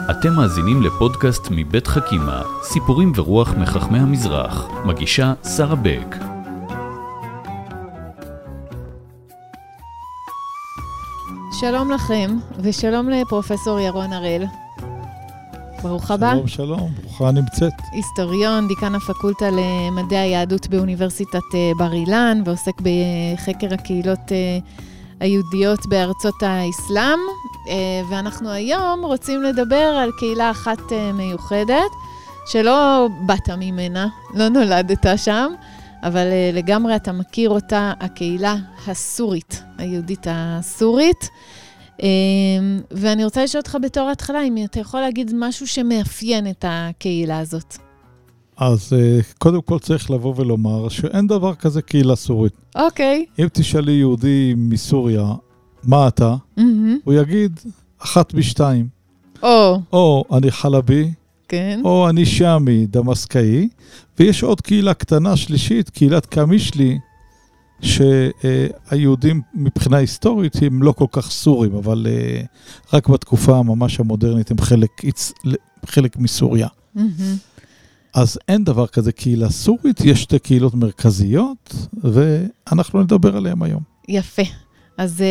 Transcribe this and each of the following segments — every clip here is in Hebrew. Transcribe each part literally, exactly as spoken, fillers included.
אתם מאזינים לפודקאסט מבית חכימה, סיפורים ורוח מחכמי המזרח. מגישה שרה בק. שלום לכם, ושלום לפרופסור ירון הראל. ברוך הבא. שלום, שלום, ברוכה נמצאת. היסטוריון, דיקן הפקולטה למדעי היהדות באוניברסיטת בר אילן, ועוסק בחקר הקהילות היהודיות בארצות האסלאם. ואנחנו היום רוצים לדבר על קהילה אחת מיוחדת, שלא באת ממנה, לא נולדת שם, אבל לגמרי אתה מכיר אותה, הקהילה הסורית, היהודית הסורית. ואני רוצה לשאול אותך בתור התחלה, אם אתה יכול להגיד משהו שמאפיין את הקהילה הזאת. אז קודם כל צריך לבוא ולומר שאין דבר כזה קהילה סורית. אוקיי. אם תשאלי יהודי מסוריה, מה אתה? Mm-hmm. הוא יגיד, אחת בשתיים. או. או אני חלבי, כן. או אני שמי, דמסקאי, ויש עוד קהילה קטנה שלישית, קהילת קמישלי, שהיהודים מבחינה היסטורית הם לא כל כך סורים, אבל רק בתקופה הממש המודרנית הם חלק, חלק מסוריה. Mm-hmm. אז אין דבר כזה קהילה סורית, יש שתי קהילות מרכזיות, ואנחנו נדבר עליהם היום. יפה. אז,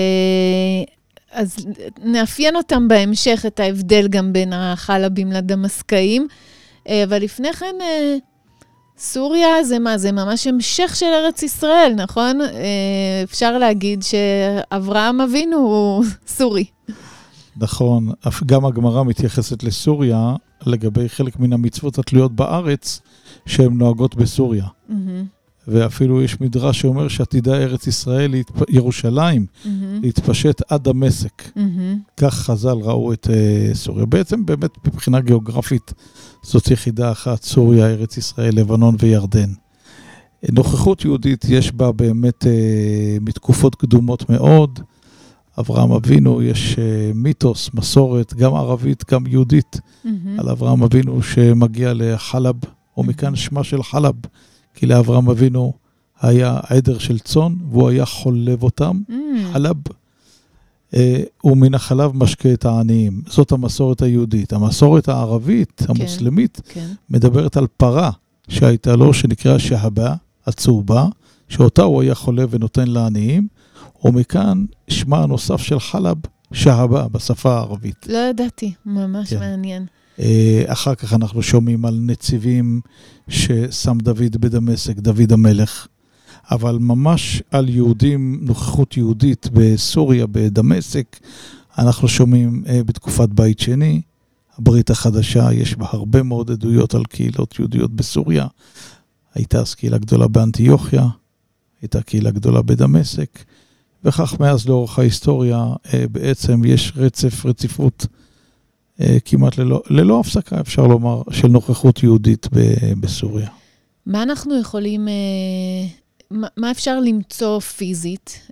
אז נאפיין אותם בהמשך, את ההבדל גם בין החלבים לדמסקאים. אבל לפני כן, סוריה זה מה? זה ממש המשך של ארץ ישראל, נכון? אפשר להגיד שאברהם אבינו הוא סורי. נכון, גם הגמרא מתייחסת לסוריה, לגבי חלק מן המצוות התלויות בארץ, שהן נוהגות בסוריה. Mm-hmm. ואפילו יש מדרש שאומר שעתידה ארץ ישראל, ירושלים, mm-hmm. להתפשט עד דמשק. Mm-hmm. כך חז"ל ראו את uh, סוריה. בעצם באמת מבחינה גיאוגרפית, זאת יחידה אחת, סוריה, ארץ ישראל, לבנון וירדן. נוכחות יהודית יש בה באמת uh, מתקופות קדומות מאוד, אברהם אבינו, יש uh, מיתוס, מסורת, גם ערבית, גם יהודית, mm-hmm. על אברהם אבינו שמגיע לחלב, או מכאן שמה של חלב, כי לאברהם אבינו היה עדר של צאן, והוא היה חולב אותם, mm-hmm. חלב, uh, ומן החלב משקה את העניים. זאת המסורת היהודית. המסורת הערבית, כן, המוסלמית, כן. מדברת על פרה שהייתה לו, שנקרא שהבה, הצהובה, שאותה הוא היה חולב ונותן לעניים, ומכאן שמה הנוסף של חלב, שהבה, בשפה הערבית. לא ידעתי, ממש כן. מעניין. אחר כך אנחנו שומעים על נציבים ששם דוד בדמשק, דוד המלך, אבל ממש על יהודים, נוכחות יהודית בסוריה, בדמשק, אנחנו שומעים בתקופת בית שני, הברית החדשה, יש בה הרבה מאוד עדויות על קהילות יהודיות בסוריה, הייתה אז קהילה גדולה באנטיוכיה, הייתה קהילה גדולה בדמשק, וכך מאז לאורך ההיסטוריה בעצם יש רצף, רציפות, כמעט ללא, ללא הפסקה, אפשר לומר, של נוכחות יהודית בסוריה. מה אנחנו יכולים, מה אפשר למצוא פיזית?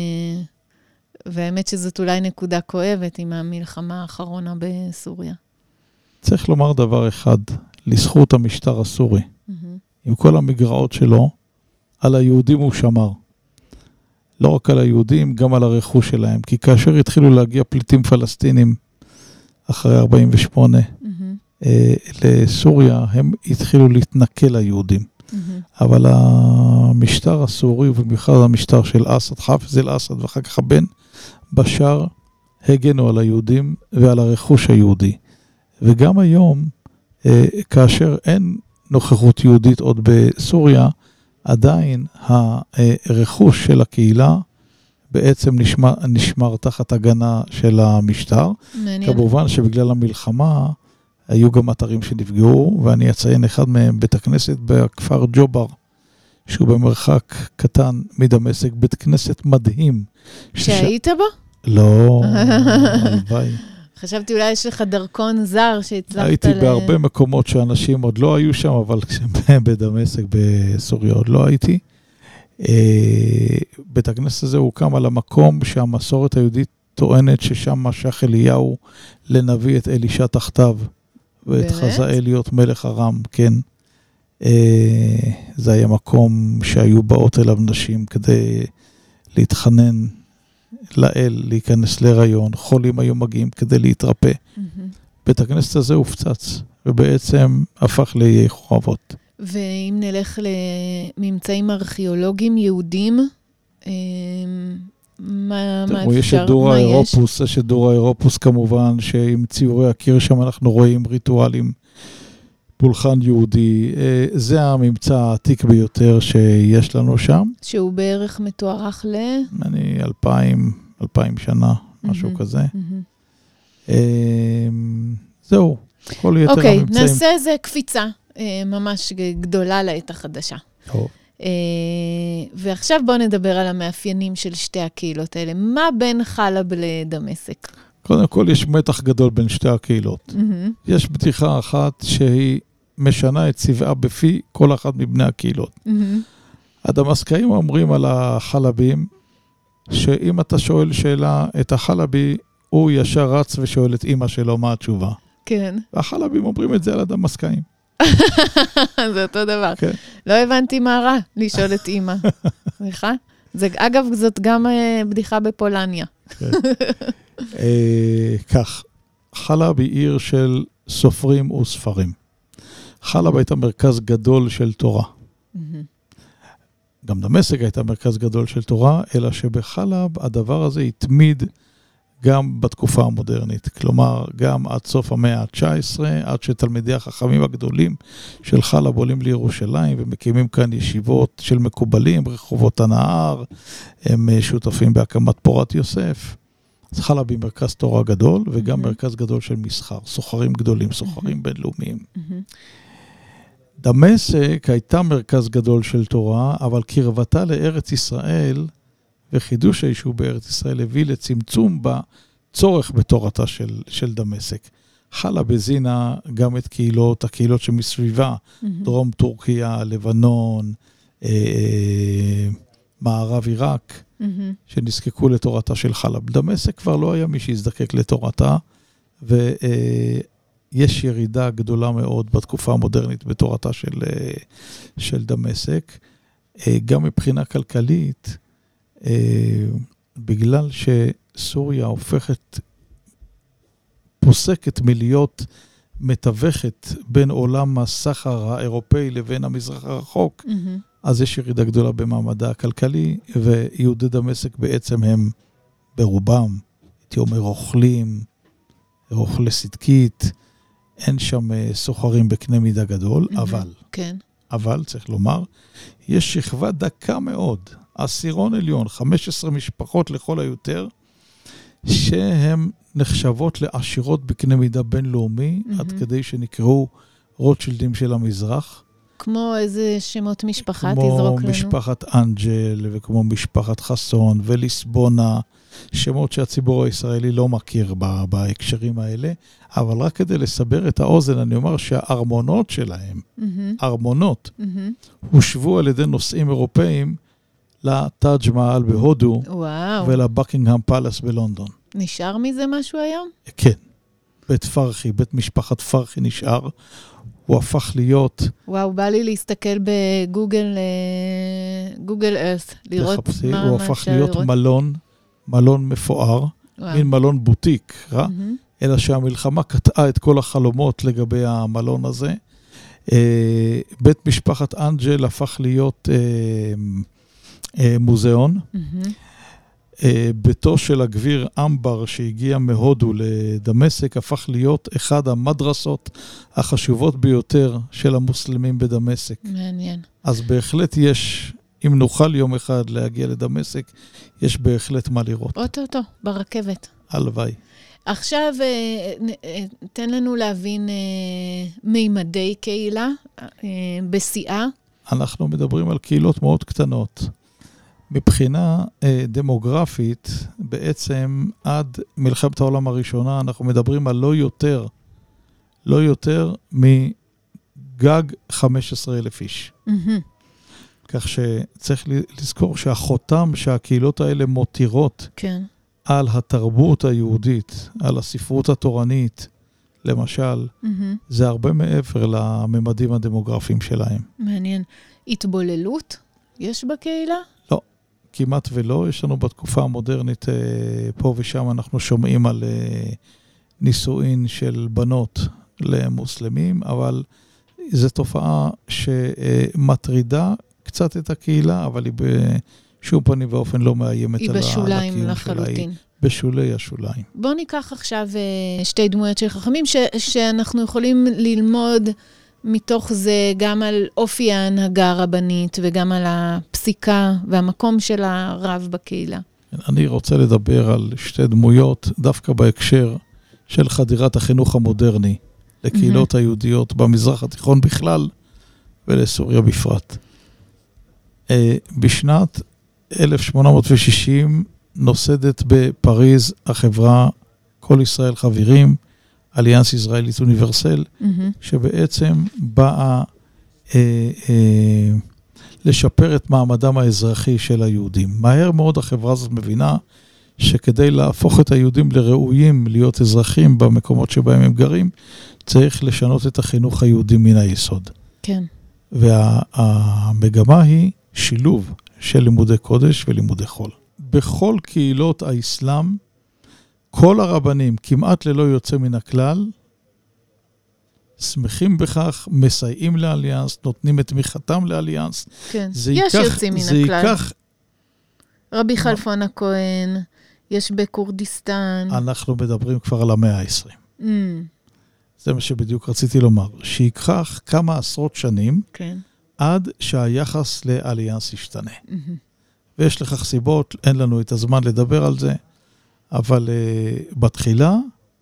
והאמת שזאת אולי נקודה כואבת עם המלחמה האחרונה בסוריה. צריך לומר דבר אחד, לזכות המשטר הסורי. Mm-hmm. עם כל המגרעות שלו, על היהודים הוא שמר. לא רק על היהודים, גם על הרכוש שלהם. כי כאשר התחילו להגיע פליטים פלסטינים, אחרי ארבעים ושמונה, mm-hmm. לסוריה, הם התחילו להתנכל ליהודים. Mm-hmm. אבל המשטר הסורי, ובמיוחד המשטר של אסד, חאפז אל-אסד, ואחר כך הבן, בשאר, הגנו על היהודים ועל הרכוש היהודי. וגם היום, כאשר אין נוכחות יהודית עוד בסוריה, עדיין הרכוש של הקהילה, בעצם נשמר, נשמר תחת הגנה של המשטר. מעניין. כמובן שבגלל המלחמה היו גם אתרים שנפגעו, ואני אציין אחד מהם, בית הכנסת בכפר ג'ובר, שהוא במרחק קטן מדמשק, בית כנסת מדהים. שהיית בו? לא, הלוואי. חשבתי אולי יש לך דרכון זר שהצלחת ל... הייתי בהרבה מקומות שאנשים עוד לא היו שם, אבל בדמשק, בסוריה עוד לא הייתי. בית הכנסת הזה הוקם על המקום שהמסורת היהודית טוענת ששם משך אליהו לנביא את אלישע תחתיו, ואת חזאל להיות מלך ארם, כן. זה היה מקום שהיו באות אליו נשים כדי להתחנן לאל, להיכנס להיריון, חולים היו מגיעים כדי להתרפא. Mm-hmm. בית הכנסת הזה הופצץ, ובעצם הפך לאיי חורבות. ואם נלך לממצאים ארכיאולוגיים יהודים, מה, מה אפשר? יש את דור האירופוס, יש את דור האירופוס כמובן, שעם ציורי הקיר שם אנחנו רואים ריטואלים, פולחן יהודי. זה הממצא העתיק ביותר שיש לנו שם. שהוא בערך מתוארך ל... אני אלפיים, אלפיים שנה, משהו כזה. זהו, כל יתר הממצאים. אוקיי, נעשה איזה קפיצה ממש גדולה לעת החדשה. טוב. ועכשיו בואו נדבר על המאפיינים של שתי הקהילות האלה. מה בין חלב לדמשק? קודם כל יש מתח גדול בין שתי הקהילות. יש בדיחה אחת שהיא משנה את צבעה בפי כל אחת מבני הקהילות. הדמשקאים אומרים על החלבים, שאם אתה שואל שאלה את החלבי, הוא ישר רץ ושואל את אמא שלו מה התשובה. כן. והחלבים אומרים את זה על הדמשקאים. זה אותו דבר. כן. לא הבנתי מה רע לשאול את אמא. סליחה? זה, אגב, זאת גם בדיחה בפולניה. כן. כך, חלב היא עיר של סופרים וספרים. חלב הייתה מרכז גדול של תורה. גם דמשק הייתה מרכז גדול של תורה, אלא שבחלב הדבר הזה התמיד גם בתקופה המודרנית. כלומר, גם עד סוף המאה ה-תשע עשרה, עד שתלמידי החכמים הגדולים של חלב עולים לירושלים, ומקימים כאן ישיבות של מקובלים, רחובות הנהר, הם שותפים בהקמת פורת יוסף. אז חלב היא מרכז תורה גדול, וגם mm-hmm. מרכז גדול של מסחר, סוחרים גדולים, סוחרים mm-hmm. בינלאומיים. Mm-hmm. דמשק הייתה מרכז גדול של תורה, אבל קרבתה לארץ ישראל, וחידוש היישוב בארץ ישראל הביא לצמצום בצורך בתורתה של, של דמשק. חלב הזינה גם את קהילות, הקהילות שמסביבה, mm-hmm. דרום טורקיה, לבנון, אה, אה, מערב עיראק, mm-hmm. שנזקקו לתורתה של חלב. דמשק כבר לא היה מי שיזדקק לתורתה, ויש אה, ירידה גדולה מאוד בתקופה המודרנית בתורתה של, אה, של דמשק. אה, גם מבחינה כלכלית, Uh, בגלל שסוריה הופכת, פוסקת מלהיות מתווכת בין עולם הסחר האירופאי לבין המזרח הרחוק, mm-hmm. אז יש ירידה גדולה במעמדה הכלכלי, ויהודי דמשק בעצם הם ברובם, הייתי אומר, אוכלים, אוכלי סדקית, אין שם סוחרים בקנה מידה גדול, mm-hmm. אבל, כן. אבל צריך לומר, יש שכבה דקה מאוד, עשירון עליון, חמש עשרה משפחות לכל היותר, שהן נחשבות לעשירות בקנה מידה בינלאומי, mm-hmm. עד כדי שנקראו רוטשילדים של המזרח. כמו איזה שמות משפחה תזרוק לנו? כמו משפחת אנג'ל, וכמו משפחת חסון, וליסבונה, שמות שהציבור הישראלי לא מכיר בהקשרים האלה, אבל רק כדי לסבר את האוזן, אני אומר שהארמונות שלהם, mm-hmm. ארמונות, mm-hmm. הושבו על ידי נוסעים אירופאים, לטאג' מאהל בהודו, וואו. ולבקינגהאם פלאס בלונדון. נשאר מזה משהו היום? כן. בית פרחי, בית משפחת פרחי נשאר. הוא הפך להיות... וואו, בא לי להסתכל בגוגל, גוגל ארת', לראות תחפשי, מה, הוא מה הפך אפשר להיות לראות. מלון, מלון מפואר, וואו. מין מלון בוטיק, רע? Mm-hmm. אלא שהמלחמה קטעה את כל החלומות לגבי המלון הזה. בית משפחת אנג'ל הפך להיות... מוזיאון. Mm-hmm. ביתו של הגביר אמבר שהגיע מהודו לדמשק הפך להיות אחד המדרסות החשובות ביותר של המוסלמים בדמשק. מעניין. אז בהחלט יש, אם נוכל יום אחד להגיע לדמשק, יש בהחלט מה לראות. אוטוטו, ברכבת. הלוואי. עכשיו תן לנו להבין מימדי קהילה בשיאה. אנחנו מדברים על קהילות מאוד קטנות. מבחינה אה, דמוגרפית, בעצם עד מלחמת העולם הראשונה, אנחנו מדברים על לא יותר, לא יותר מגג חמישה עשר אלף איש. Mm-hmm. כך שצריך לזכור שהחותם שהקהילות האלה מותירות כן. על התרבות היהודית, על הספרות התורנית, למשל, mm-hmm. זה הרבה מעבר לממדים הדמוגרפיים שלהם. מעניין. התבוללות יש בקהילה? לא, כמעט ולא. יש לנו בתקופה המודרנית, פה ושם אנחנו שומעים על נישואין של בנות למוסלמים, אבל זו תופעה שמטרידה קצת את הקהילה, אבל היא בשום פנים ואופן לא מאיימת על הקיום שלה. היא בשוליים לחלוטין. בשולי השוליים. בואו ניקח עכשיו שתי דמויות של חכמים, ש- שאנחנו יכולים ללמוד מתוך זה גם על אופי ההנהגה הרבנית, וגם על הפסיקה והמקום של הרב בקהילה. אני רוצה לדבר על שתי דמויות, דווקא בהקשר של חדירת החינוך המודרני, לקהילות mm-hmm. היהודיות במזרח התיכון בכלל, ולסוריה בפרט. בשנת אלף שמונה מאות ושישים, נוסדת בפריז החברה כל ישראל חברים, אליאנס ישראלית אוניברסל, mm-hmm. שבעצם באה אה, אה, לשפר את מעמדם האזרחי של היהודים. מהר מאוד החברה הזאת מבינה שכדי להפוך את היהודים לראויים להיות אזרחים במקומות שבהם הם גרים, צריך לשנות את החינוך היהודי מן היסוד. כן. והמגמה היא שילוב של לימודי קודש ולימודי חול. בכל קהילות האסלאם, כל הרבנים, כמעט ללא יוצא מן הכלל, שמחים בכך, מסייעים לאליאנס, נותנים את תמיכתם לאליאנס. כן, יש ייקח, יוצאים מן הכלל. ייקח... רבי חלפון הכהן, יש בקורדיסטן. אנחנו מדברים כבר על המאה העשרים. Mm. זה מה שבדיוק רציתי לומר, שיקח כמה עשרות שנים, כן. עד שהיחס לאליאנס ישתנה. Mm-hmm. ויש לכך סיבות, אין לנו את הזמן לדבר על זה, אבל uh, בתחילה,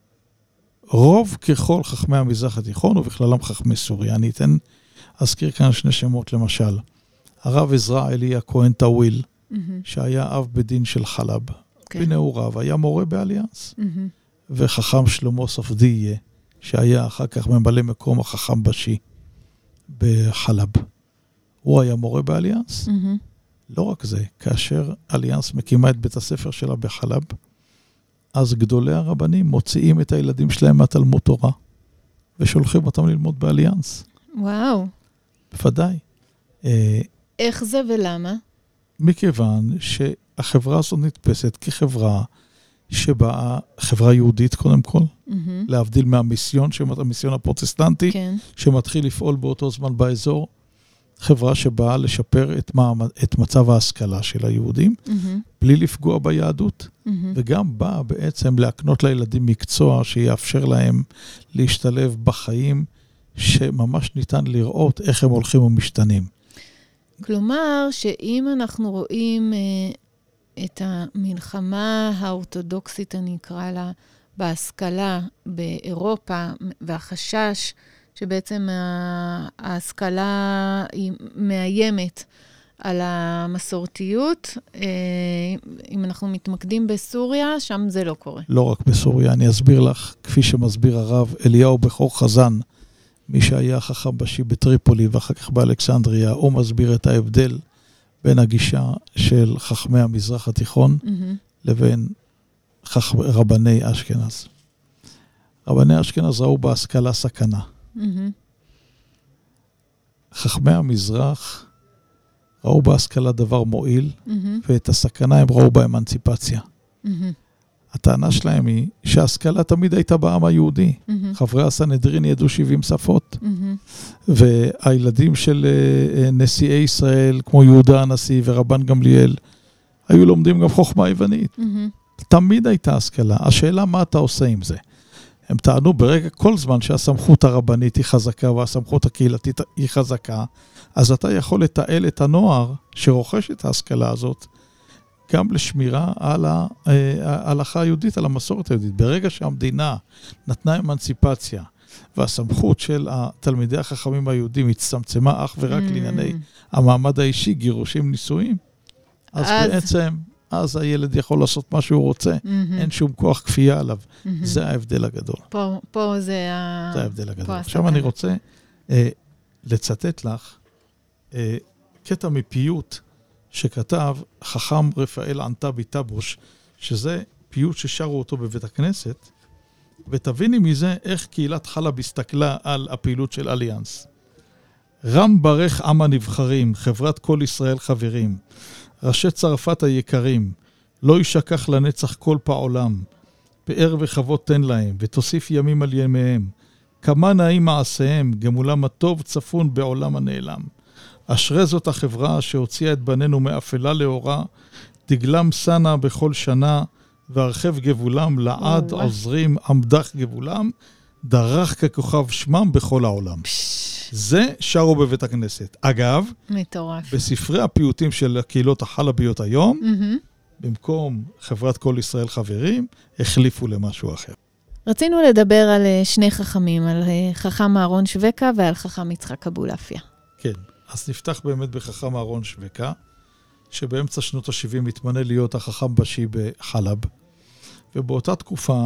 רוב ככל חכמי המזרח התיכון, ובכללם חכמי סוריה, אני אתן, אזכיר כאן שני שמות למשל, הרב עזרא אליה כהן טאוויל, mm-hmm. שהיה אב בדין של חלב, okay. בנעוריו, היה מורה באליאנס, mm-hmm. וחכם שלמה ספדיה, שהיה אחר כך ממלא מקום החכם בשי, בחלב. הוא היה מורה באליאנס. Mm-hmm. לא רק זה, כאשר אליאנס מקימה את בית הספר שלה בחלב, אז גדולי הרבנים מוציאים את הילדים שלהם מהתלמוד תורה, ושולחים אותם ללמוד באליאנס. וואו. בוודאי. איך זה ולמה? מכיוון שהחברה הזאת נתפסת כחברה שבאה, חברה יהודית קודם כל, mm-hmm. להבדיל מהמיסיון, המיסיון הפרוטסטנטי, כן. שמתחיל לפעול באותו זמן באזור, חברה שבאה לשפר את, מעמד, את מצב ההשכלה של היהודים, mm-hmm. בלי לפגוע ביהדות, mm-hmm. וגם באה בעצם להקנות לילדים מקצוע שיאפשר להם להשתלב בחיים, שממש ניתן לראות איך הם הולכים ומשתנים. כלומר, שאם אנחנו רואים אה, את המלחמה האורתודוקסית, אני אקרא לה, בהשכלה באירופה, והחשש שבעצם ההשכלה היא מאיימת על המסורתיות, אם אנחנו מתמקדים בסוריה, שם זה לא קורה. לא רק בסוריה, אני אסביר לך, כפי שמסביר הרב אליהו בכור חזן, מי שהיה חכם בשי בטריפולי ואחר כך באלכסנדריה, הוא מסביר את ההבדל בין הגישה של חכמי המזרח התיכון mm-hmm. לבין חכ... רבני אשכנז. רבני אשכנז ראו בהשכלה סכנה. Mm-hmm. חכמי המזרח ראו בהשכלה דבר מועיל, mm-hmm. ואת הסכנה הם ראו באמנציפציה. Mm-hmm. הטענה שלהם היא שההשכלה תמיד הייתה בעם היהודי. Mm-hmm. חברי הסנהדרין ידעו שבעים שפות, mm-hmm. והילדים של נשיאי ישראל, כמו יהודה הנשיא ורבן גמליאל, היו לומדים גם חוכמה יוונית. Mm-hmm. תמיד הייתה השכלה. השאלה מה אתה עושה עם זה? הם טענו ברגע כל זמן שהסמכות הרבנית היא חזקה והסמכות הקהילתית היא חזקה, אז אתה יכול לתעל את הנוער שרוכש את ההשכלה הזאת, גם לשמירה על ההלכה היהודית, על המסורת היהודית. ברגע שהמדינה נתנה אמנציפציה, והסמכות של התלמידי החכמים היהודים הצטמצמה אך ורק mm. לענייני המעמד האישי, גירושים, נישואים, אז, אז... בעצם... אז הילד יכול לעשות מה שהוא רוצה. Mm-hmm. אין שום כוח כפייה עליו. Mm-hmm. זה ההבדל הגדול. פה, פה זה, ה... זה ההבדל הגדול. עכשיו אני רוצה אה, לצטט לך אה, קטע מפיוט שכתב חכם רפאל ענתבי טבוש, שזה פיוט ששרו אותו בבית הכנסת, ותביני מזה איך קהילת חלב הסתכלה על הפעילות של אליאנס. רם ברך עם הנבחרים, חברת כל ישראל חברים, ראשי צרפת היקרים, לא ישכח לנצח כל פעולם, פאר וחוות תן להם, ותוסיף ימים על ימיהם. כמה נעים מעשיהם, גמולם הטוב צפון בעולם הנעלם. אשרי זאת החברה שהוציאה את בנינו מאפלה לאורה, דגלם סנה בכל שנה, והרחב גבולם לעד עוזרים עמדך גבולם, דרך ככוכב שמם בכל העולם. זה שרו בבית הכנסת. אגב, מטורף. בספרי הפיוטים של הקהילות החלביות היום, במקום חברת כל ישראל חברים, החליפו למשהו אחר. רצינו לדבר על שני חכמים, על חכם אהרון שווקה ועל חכם יצחק אבולעפיה. כן, אז נפתח באמת בחכם אהרון שווקה, שבאמצע שנות ה-שבעים מתמנה להיות החכם בשי בחלב, ובאותה תקופה,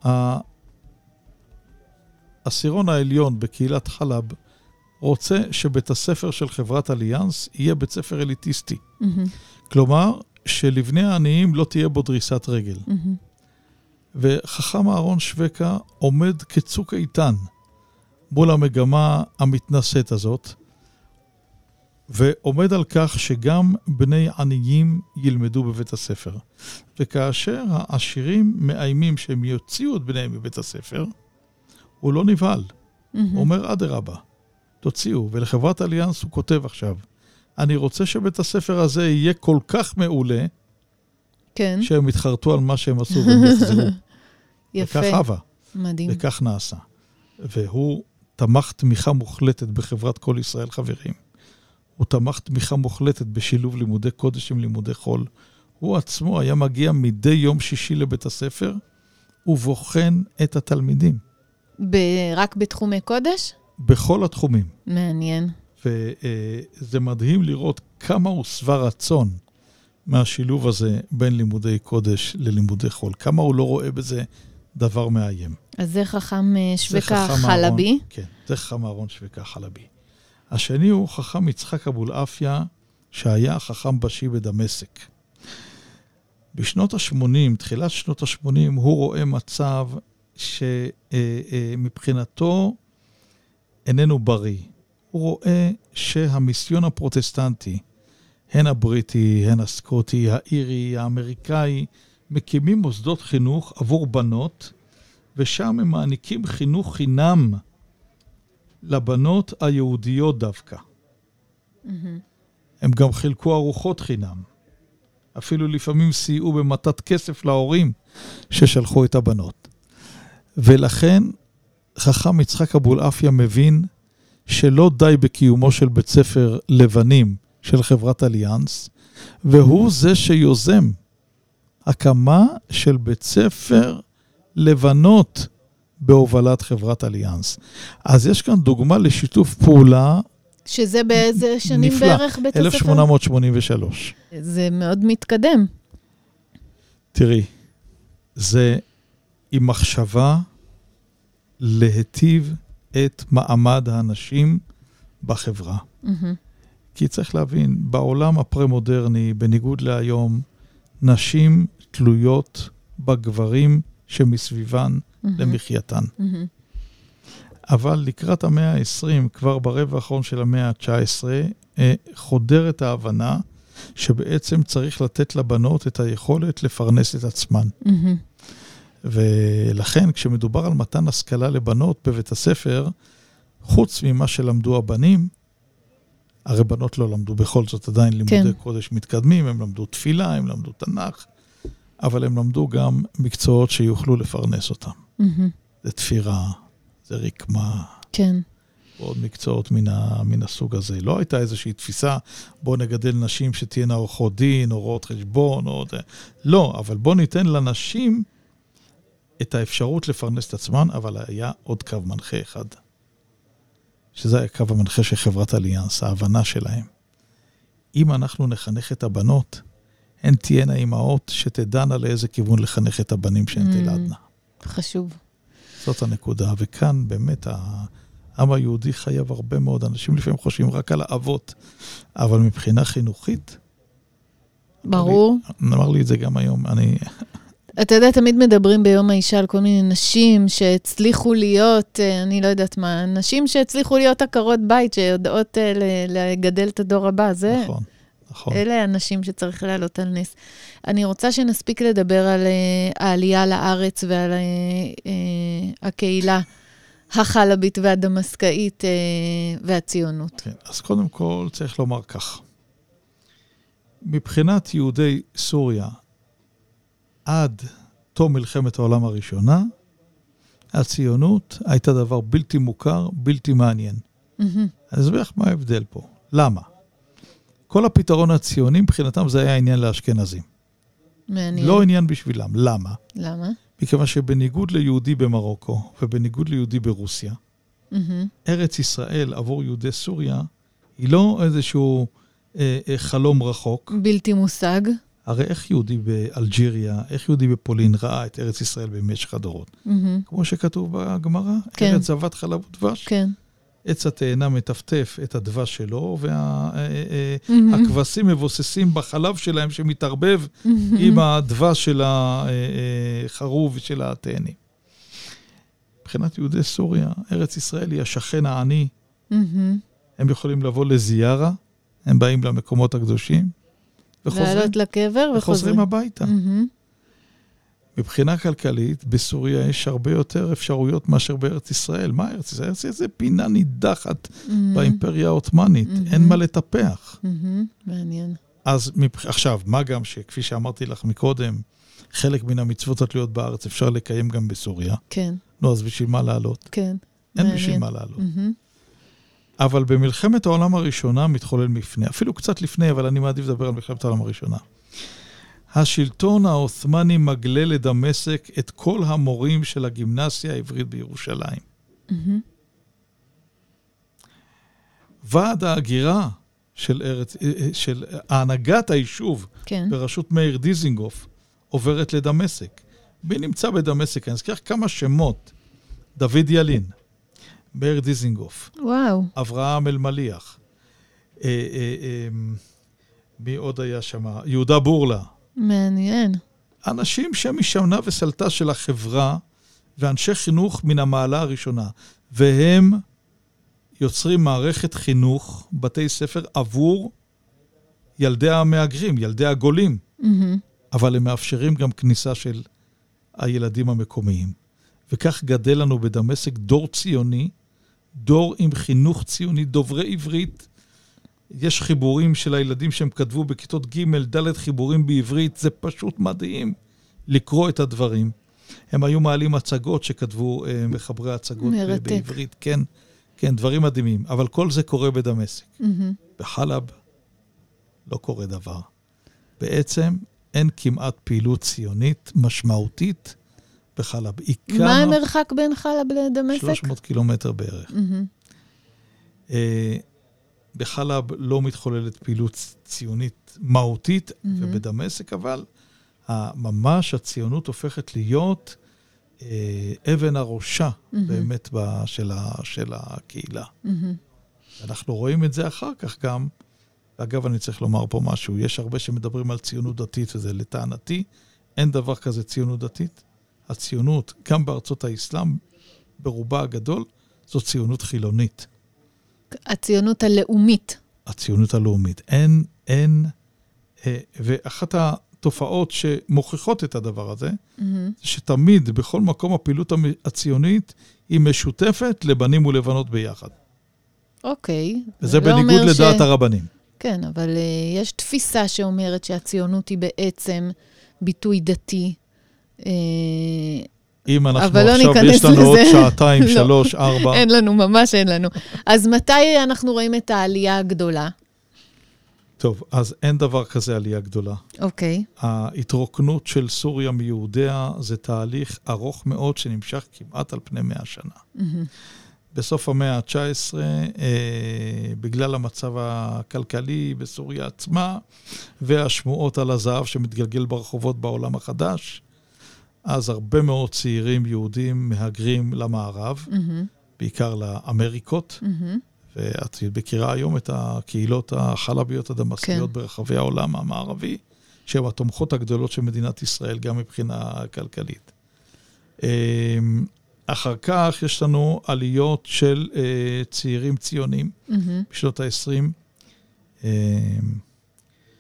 העשירון העליון בקהילת חלב רוצה שבית הספר של חברת אליאנס יהיה בית ספר אליטיסטי. Mm-hmm. כלומר, שלבני העניים לא תהיה בו דריסת רגל. Mm-hmm. וחכם אהרון שווקה עומד כצוק איתן מול המגמה המתנשאת הזאת, ועומד על כך שגם בני עניים ילמדו בבית הספר. וכאשר העשירים מאיימים שהם יוציאו את בניהם מבית הספר, הוא לא נבהל. Mm-hmm. הוא אומר, אדרבה, תוציאו. ולחברת אליאנס הוא כותב עכשיו, אני רוצה שבית הספר הזה יהיה כל כך מעולה, כן. שהם התחרטו על מה שהם עשו והם יחזרו. יפה. וכך אהבה. מדהים. וכך נעשה. והוא תמך תמיכה מוחלטת בחברת כל ישראל חברים. הוא תמך תמיכה מוחלטת בשילוב לימודי קודש עם לימודי חול. הוא עצמו היה מגיע מדי יום שישי לבית הספר, ובוחן את התלמידים. ב- רק בתחומי קודש? בכל התחומים. מעניין. וזה מדהים לראות כמה הוא שבע רצון מהשילוב הזה בין לימודי קודש ללימודי חול. כמה הוא לא רואה בזה דבר מאיים. אז זה חכם שווקה חלבי? כן, זה חכם אהרון שווקה חלבי. השני הוא חכם יצחק אבולעפיה, שהיה חכם בשי בדמשק. בשנות ה-שמונים, תחילת שנות ה-שמונים, הוא רואה מצב שמבחינתו איננו בריא. הוא רואה שהמיסיון הפרוטסטנטי, הן הבריטי, הן הסקוטי, האירי, האמריקאי, מקימים מוסדות חינוך עבור בנות, ושם הם מעניקים חינוך חינם לבנות היהודיות דווקא. Mm-hmm. הם גם חילקו ארוחות חינם. אפילו לפעמים סייעו במתת כסף להורים ששלחו את הבנות. ולכן חכם יצחק אבולעפיה מבין שלא די בקיומו של בית ספר לבנים של חברת אליאנס, והוא זה שיוזם הקמה של בית ספר לבנות בהובלת חברת אליאנס. אז יש כאן דוגמה לשיתוף פעולה שזה באיזה שנים נפלא, בערך בית הספר? אלף שמונה מאות שמונים ושלוש. זה מאוד מתקדם. תראי, זה עם מחשבה להטיב את מעמד האנשים בחברה. Mm-hmm. כי צריך להבין, בעולם הפרה-מודרני, בניגוד להיום, נשים תלויות בגברים שמסביבן mm-hmm. למחייתן. Mm-hmm. אבל לקראת המאה ה-עשרים, כבר ברבע האחרון של המאה ה-תשע עשרה, חודרת ההבנה שבעצם צריך לתת לבנות את היכולת לפרנס את עצמן. Mm-hmm. ולכן, כשמדובר על מתן השכלה לבנות בבית הספר, חוץ ממה שלמדו הבנים, הרי בנות לא למדו בכל זאת עדיין לימודי כן. קודש מתקדמים, הם למדו תפילה, הם למדו תנ"ך, אבל הם למדו גם מקצועות שיוכלו לפרנס אותם. Mm-hmm. זה תפירה, זה רקמה. כן. ועוד מקצועות מן, ה, מן הסוג הזה. לא הייתה איזושהי תפיסה, בוא נגדל נשים שתהיינה עורכות דין, או רואות חשבון, או... לא, אבל בוא ניתן לנשים את האפשרות לפרנס את עצמן, אבל היה עוד קו מנחה אחד. שזה היה קו המנחה של חברת אליאנס, ההבנה שלהם. אם אנחנו נחנך את הבנות, הן תהיינה אימהות שתדענה לאיזה כיוון לחנך את הבנים שהן תלדנה. חשוב. זאת הנקודה, וכאן באמת העם היהודי חייב הרבה מאוד, אנשים לפעמים חושבים רק על האבות, אבל מבחינה חינוכית, ברור. אמר לי את זה גם היום, אני... אתה יודע, תמיד מדברים ביום האישה על כל מיני נשים שהצליחו להיות, אני לא יודעת מה, נשים שהצליחו להיות עקרות בית, שיודעות לגדל את הדור הבא, זה... נכון, נכון. אלה האנשים שצריך לעלות על נס. אני רוצה שנספיק לדבר על uh, העלייה לארץ ועל uh, uh, הקהילה החלבית והדמסקאית uh, והציונות. כן, אז קודם כל צריך לומר כך. מבחינת יהודי סוריה, עד תום מלחמת העולם הראשונה, הציונות הייתה דבר בלתי מוכר, בלתי מעניין. Mm-hmm. אני אסביר לך מה ההבדל פה. למה? כל הפתרון הציוני, מבחינתם זה היה עניין לאשכנזים. מעניין. לא עניין בשבילם. למה? למה? מכיוון שבניגוד ליהודי במרוקו, ובניגוד ליהודי ברוסיה, Mm-hmm. ארץ ישראל עבור יהודי סוריה, היא לא איזשהו אה, אה, חלום רחוק. בלתי מושג. הרי איך יהודי באלג'יריה, איך יהודי בפולין ראה את ארץ ישראל במשך הדורות? Mm-hmm. כמו שכתוב בגמרא, כן. ארץ זבת חלב ודבש. כן. עץ התאנה מטפטף את הדבש שלו, והכבשים מבוססים בחלב שלהם שמתערבב עם הדבש של החרוב ושל התאנים. מבחינת יהודי סוריה, ארץ ישראל היא השכן העני. הם יכולים לבוא לזיארה, הם באים למקומות הקדושים, לעלות לקבר וחוזרים הביתה. מבחינה כלכלית, בסוריה יש הרבה יותר אפשרויות מאשר בארץ ישראל. מה ארץ ישראל? ארץ ישראל זה פינה נידחת mm-hmm. באימפריה העות'מאנית. Mm-hmm. אין מה לטפח. Mm-hmm. מעניין. אז מבח... עכשיו, מה גם שכפי שאמרתי לך מקודם, חלק מן המצוות התלויות בארץ אפשר לקיים גם בסוריה. כן. לא, אז בשביל מה לעלות? כן. אין מעניין. בשביל מה לעלות. Mm-hmm. אבל במלחמת העולם הראשונה מתחולל מפנה. אפילו קצת לפני, אבל אני מעדיף לדבר על מלחמת העולם הראשונה. השלטון העות'מאני מגלה לדמשק את כל המורים של הגימנסיה העברית בירושלים. Mm-hmm. ועד ההגירה של, ארץ, של ההנהגת היישוב, כן. בראשות מאיר דיזינגוף, עוברת לדמשק. מי נמצא בדמשק? אני אזכיר כמה שמות. דוד ילין, מאיר דיזינגוף, וואו. אברהם אלמליח, אה, אה, אה, מי עוד היה שם? יהודה בורלה. מעניין. אנשים שמשמנה וסלטה של החברה, ואנשי חינוך מן המעלה הראשונה. והם יוצרים מערכת חינוך, בתי ספר, עבור ילדי המהגרים, ילדי הגולים. Mm-hmm. אבל הם מאפשרים גם כניסה של הילדים המקומיים. וכך גדל לנו בדמשק דור ציוני, דור עם חינוך ציוני, דוברי עברית. יש חיבורים של הילדים שהם כתבו בכיתות ג' ד' חיבורים בעברית, זה פשוט מדהים לקרוא את הדברים. הם היו מעלים הצגות שכתבו אה, מחברי הצגות מרתק. בעברית. כן, כן, דברים מדהימים. אבל כל זה קורה בדמשק. Mm-hmm. בחלב לא קורה דבר. בעצם אין כמעט פעילות ציונית משמעותית בחלב. מה המרחק בין חלב לדמשק? שלוש מאות קילומטר בערך. Mm-hmm. אה, בחלב לא מתחוללת פעילות ציונית מהותית, mm-hmm. ובדמשק, אבל ממש הציונות הופכת להיות אה, אבן הראשה, mm-hmm. באמת ב, של, ה, של הקהילה. Mm-hmm. אנחנו רואים את זה אחר כך גם, ואגב אני צריך לומר פה משהו, יש הרבה שמדברים על ציונות דתית, וזה לטענתי, אין דבר כזה ציונות דתית. הציונות, גם בארצות האסלאם, ברובה הגדול, זו ציונות חילונית. הציונות הלאומית. הציונות הלאומית. אין, אין, אה, ואחת התופעות שמוכיחות את הדבר הזה, mm-hmm. שתמיד בכל מקום הפעילות הציונית היא משותפת לבנים ולבנות ביחד. אוקיי. וזה בניגוד לדעת ש... הרבנים. כן, אבל uh, יש תפיסה שאומרת שהציונות היא בעצם ביטוי דתי. Uh, אם אנחנו עכשיו, לא יש לנו עוד שעתיים, שלוש, ארבע. אין לנו, ממש אין לנו. אז מתי אנחנו רואים את העלייה הגדולה? טוב, אז אין דבר כזה עלייה גדולה. אוקיי. ההתרוקנות של סוריה מיהודיה זה תהליך ארוך מאוד שנמשך כמעט על פני מאה שנה. בסוף המאה ה-תשע עשרה, אה, בגלל המצב הכלכלי בסוריה עצמה, והשמועות על הזהב שמתגלגל ברחובות בעולם החדש, אז הרבה מאוד צעירים יהודים מהגרים למערב, mm-hmm. בעיקר לאמריקות, mm-hmm. ואת מכירה היום את הקהילות החלביות הדמשקיות כן. ברחבי העולם המערבי, שהן התומכות הגדולות של מדינת ישראל, גם מבחינה כלכלית. אחר כך יש לנו עליות של צעירים ציונים, mm-hmm. בשנות ה-עשרים,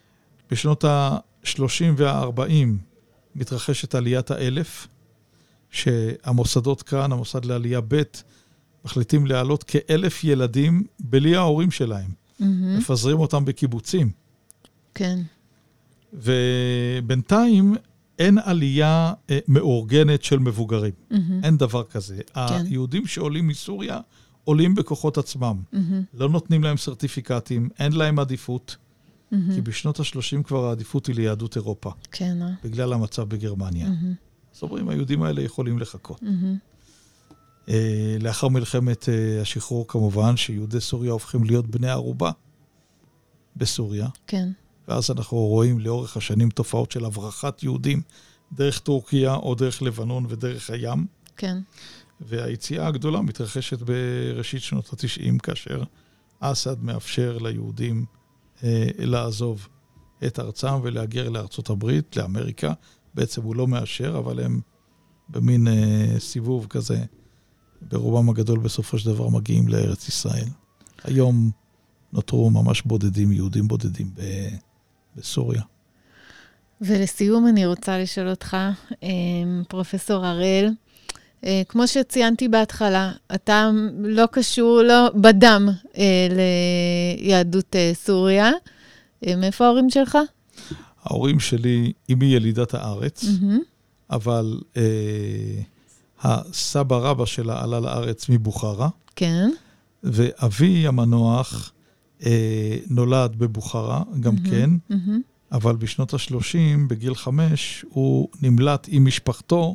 בשנות ה-שלושים וה-ארבעים מתרחשת עליית האלף, שהמוסדות כאן, המוסד לעלייה ב', מחליטים להעלות כאלף ילדים בלי ההורים שלהם. Mm-hmm. מפזרים אותם בקיבוצים. כן. ובינתיים אין עלייה אה, מאורגנת של מבוגרים. Mm-hmm. אין דבר כזה. כן. היהודים שעולים מסוריה עולים בכוחות עצמם. Mm-hmm. לא נותנים להם סרטיפיקטים, אין להם עדיפות, mm-hmm. כי בשנות ה-שלושים כבר העדיפות היא ליהדות אירופה. כן. בגלל המצב בגרמניה. Mm-hmm. אז אומרים, היהודים האלה יכולים לחכות. Mm-hmm. אה, לאחר מלחמת אה, השחרור כמובן, שיהודי סוריה הופכים להיות בני ערובה בסוריה. כן. ואז אנחנו רואים לאורך השנים תופעות של הברחת יהודים דרך טורקיה או דרך לבנון ודרך הים. כן. והיציאה הגדולה מתרחשת בראשית שנות ה-תשעים, כאשר אסד מאפשר ליהודים אה, לעזוב את ארצם ולהגר לארצות הברית, לאמריקה. בעצם הוא לא מאשר, אבל הם במין אה, סיבוב כזה, ברובם הגדול בסופו של דבר מגיעים לארץ ישראל. היום נותרו ממש בודדים, יהודים בודדים ב... בסוריה. ולסיום אני רוצה לשאול אותך, פרופסור הראל, כמו שציינתי בהתחלה, אתה לא קשור, לא בדם ליהדות סוריה. מאיפה ההורים שלך? ההורים שלי, אמי ילידת הארץ, mm-hmm. אבל אה, הסבא רבא שלה עלה לארץ מבוכרה. כן. ואבי המנוח אה, נולד בבוכרה, גם mm-hmm. כן, mm-hmm. אבל בשנות ה-שלושים, בגיל חמש, הוא נמלט עם משפחתו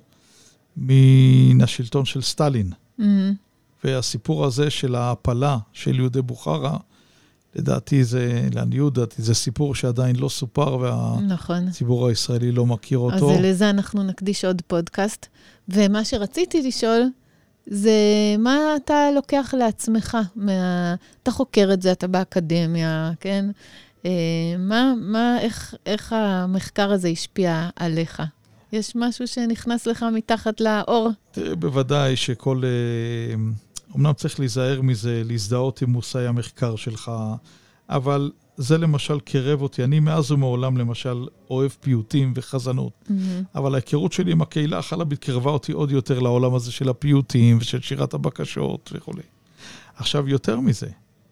מן השלטון של סטלין. Mm-hmm. והסיפור הזה של ההפלה של יהודי בוכרה, לדעתי זה, לעניות דעתי, זה סיפור שעדיין לא סופר, והציבור נכון. הישראלי לא מכיר אותו. אז לזה אנחנו נקדיש עוד פודקאסט. ומה שרציתי לשאול, זה מה אתה לוקח לעצמך, מה, אתה חוקר את זה, אתה באקדמיה, כן? מה, מה, איך, איך המחקר הזה השפיע עליך? יש משהו שנכנס לך מתחת לאור? תראה, בוודאי שכל, אמנם צריך להיזהר מזה, להזדהות עם מושאי המחקר שלך, אבל זה למשל קרב אותי. אני מאז ומעולם למשל אוהב פיוטים וחזנות, mm-hmm. אבל ההיכרות שלי עם הקהילה החלבית קרבה אותי עוד יותר לעולם הזה של הפיוטים ושל שירת הבקשות וכו'. עכשיו יותר מזה,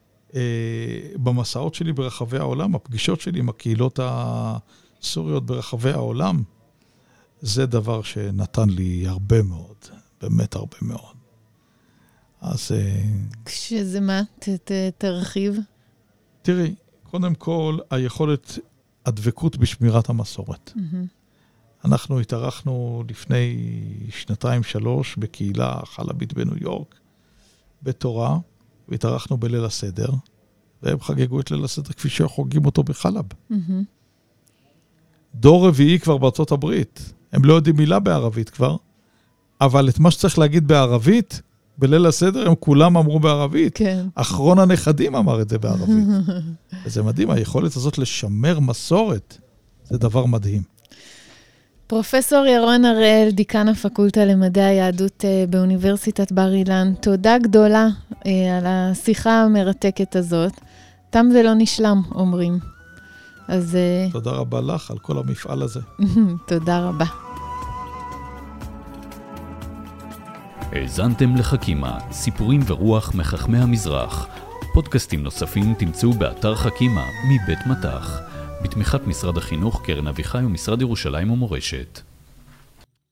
במסעות שלי ברחבי העולם, הפגישות שלי עם הקהילות הסוריות ברחבי העולם, זה דבר שנתן לי הרבה מאוד, באמת הרבה מאוד. אז... כשזה מה? ת, ת, תרחיב. תראי, קודם כל, היכולת, הדבקות בשמירת המסורת. Mm-hmm. אנחנו התארחנו לפני שנתיים שלוש בקהילה חלבית בניו יורק, בתורה, והתארחנו בליל הסדר, והם חגגו את ליל הסדר כפי שחוגגים אותו בחלב. Mm-hmm. דור רביעי כבר בארצות הברית. הם לא יודעים מילה בערבית כבר, אבל את מה שצריך להגיד בערבית, בליל הסדר הם כולם אמרו בערבית. כן. אחרון הנכדים אמר את זה בערבית. וזה מדהים, היכולת הזאת לשמר מסורת, זה דבר מדהים. פרופסור ירון הראל, דיקן הפקולטה למדעי היהדות באוניברסיטת בר אילן, תודה גדולה על השיחה המרתקת הזאת. תם ולא נשלם, אומרים. אז... תודה רבה לך על כל המפעל הזה. תודה רבה. האזנתם לחכימה, סיפורים ורוח מחכמי המזרח. פודקאסטים נוספים תמצאו באתר חכימה מבית מטח, בתמיכת משרד החינוך, קרן אביחי ומשרד ירושלים ומורשת.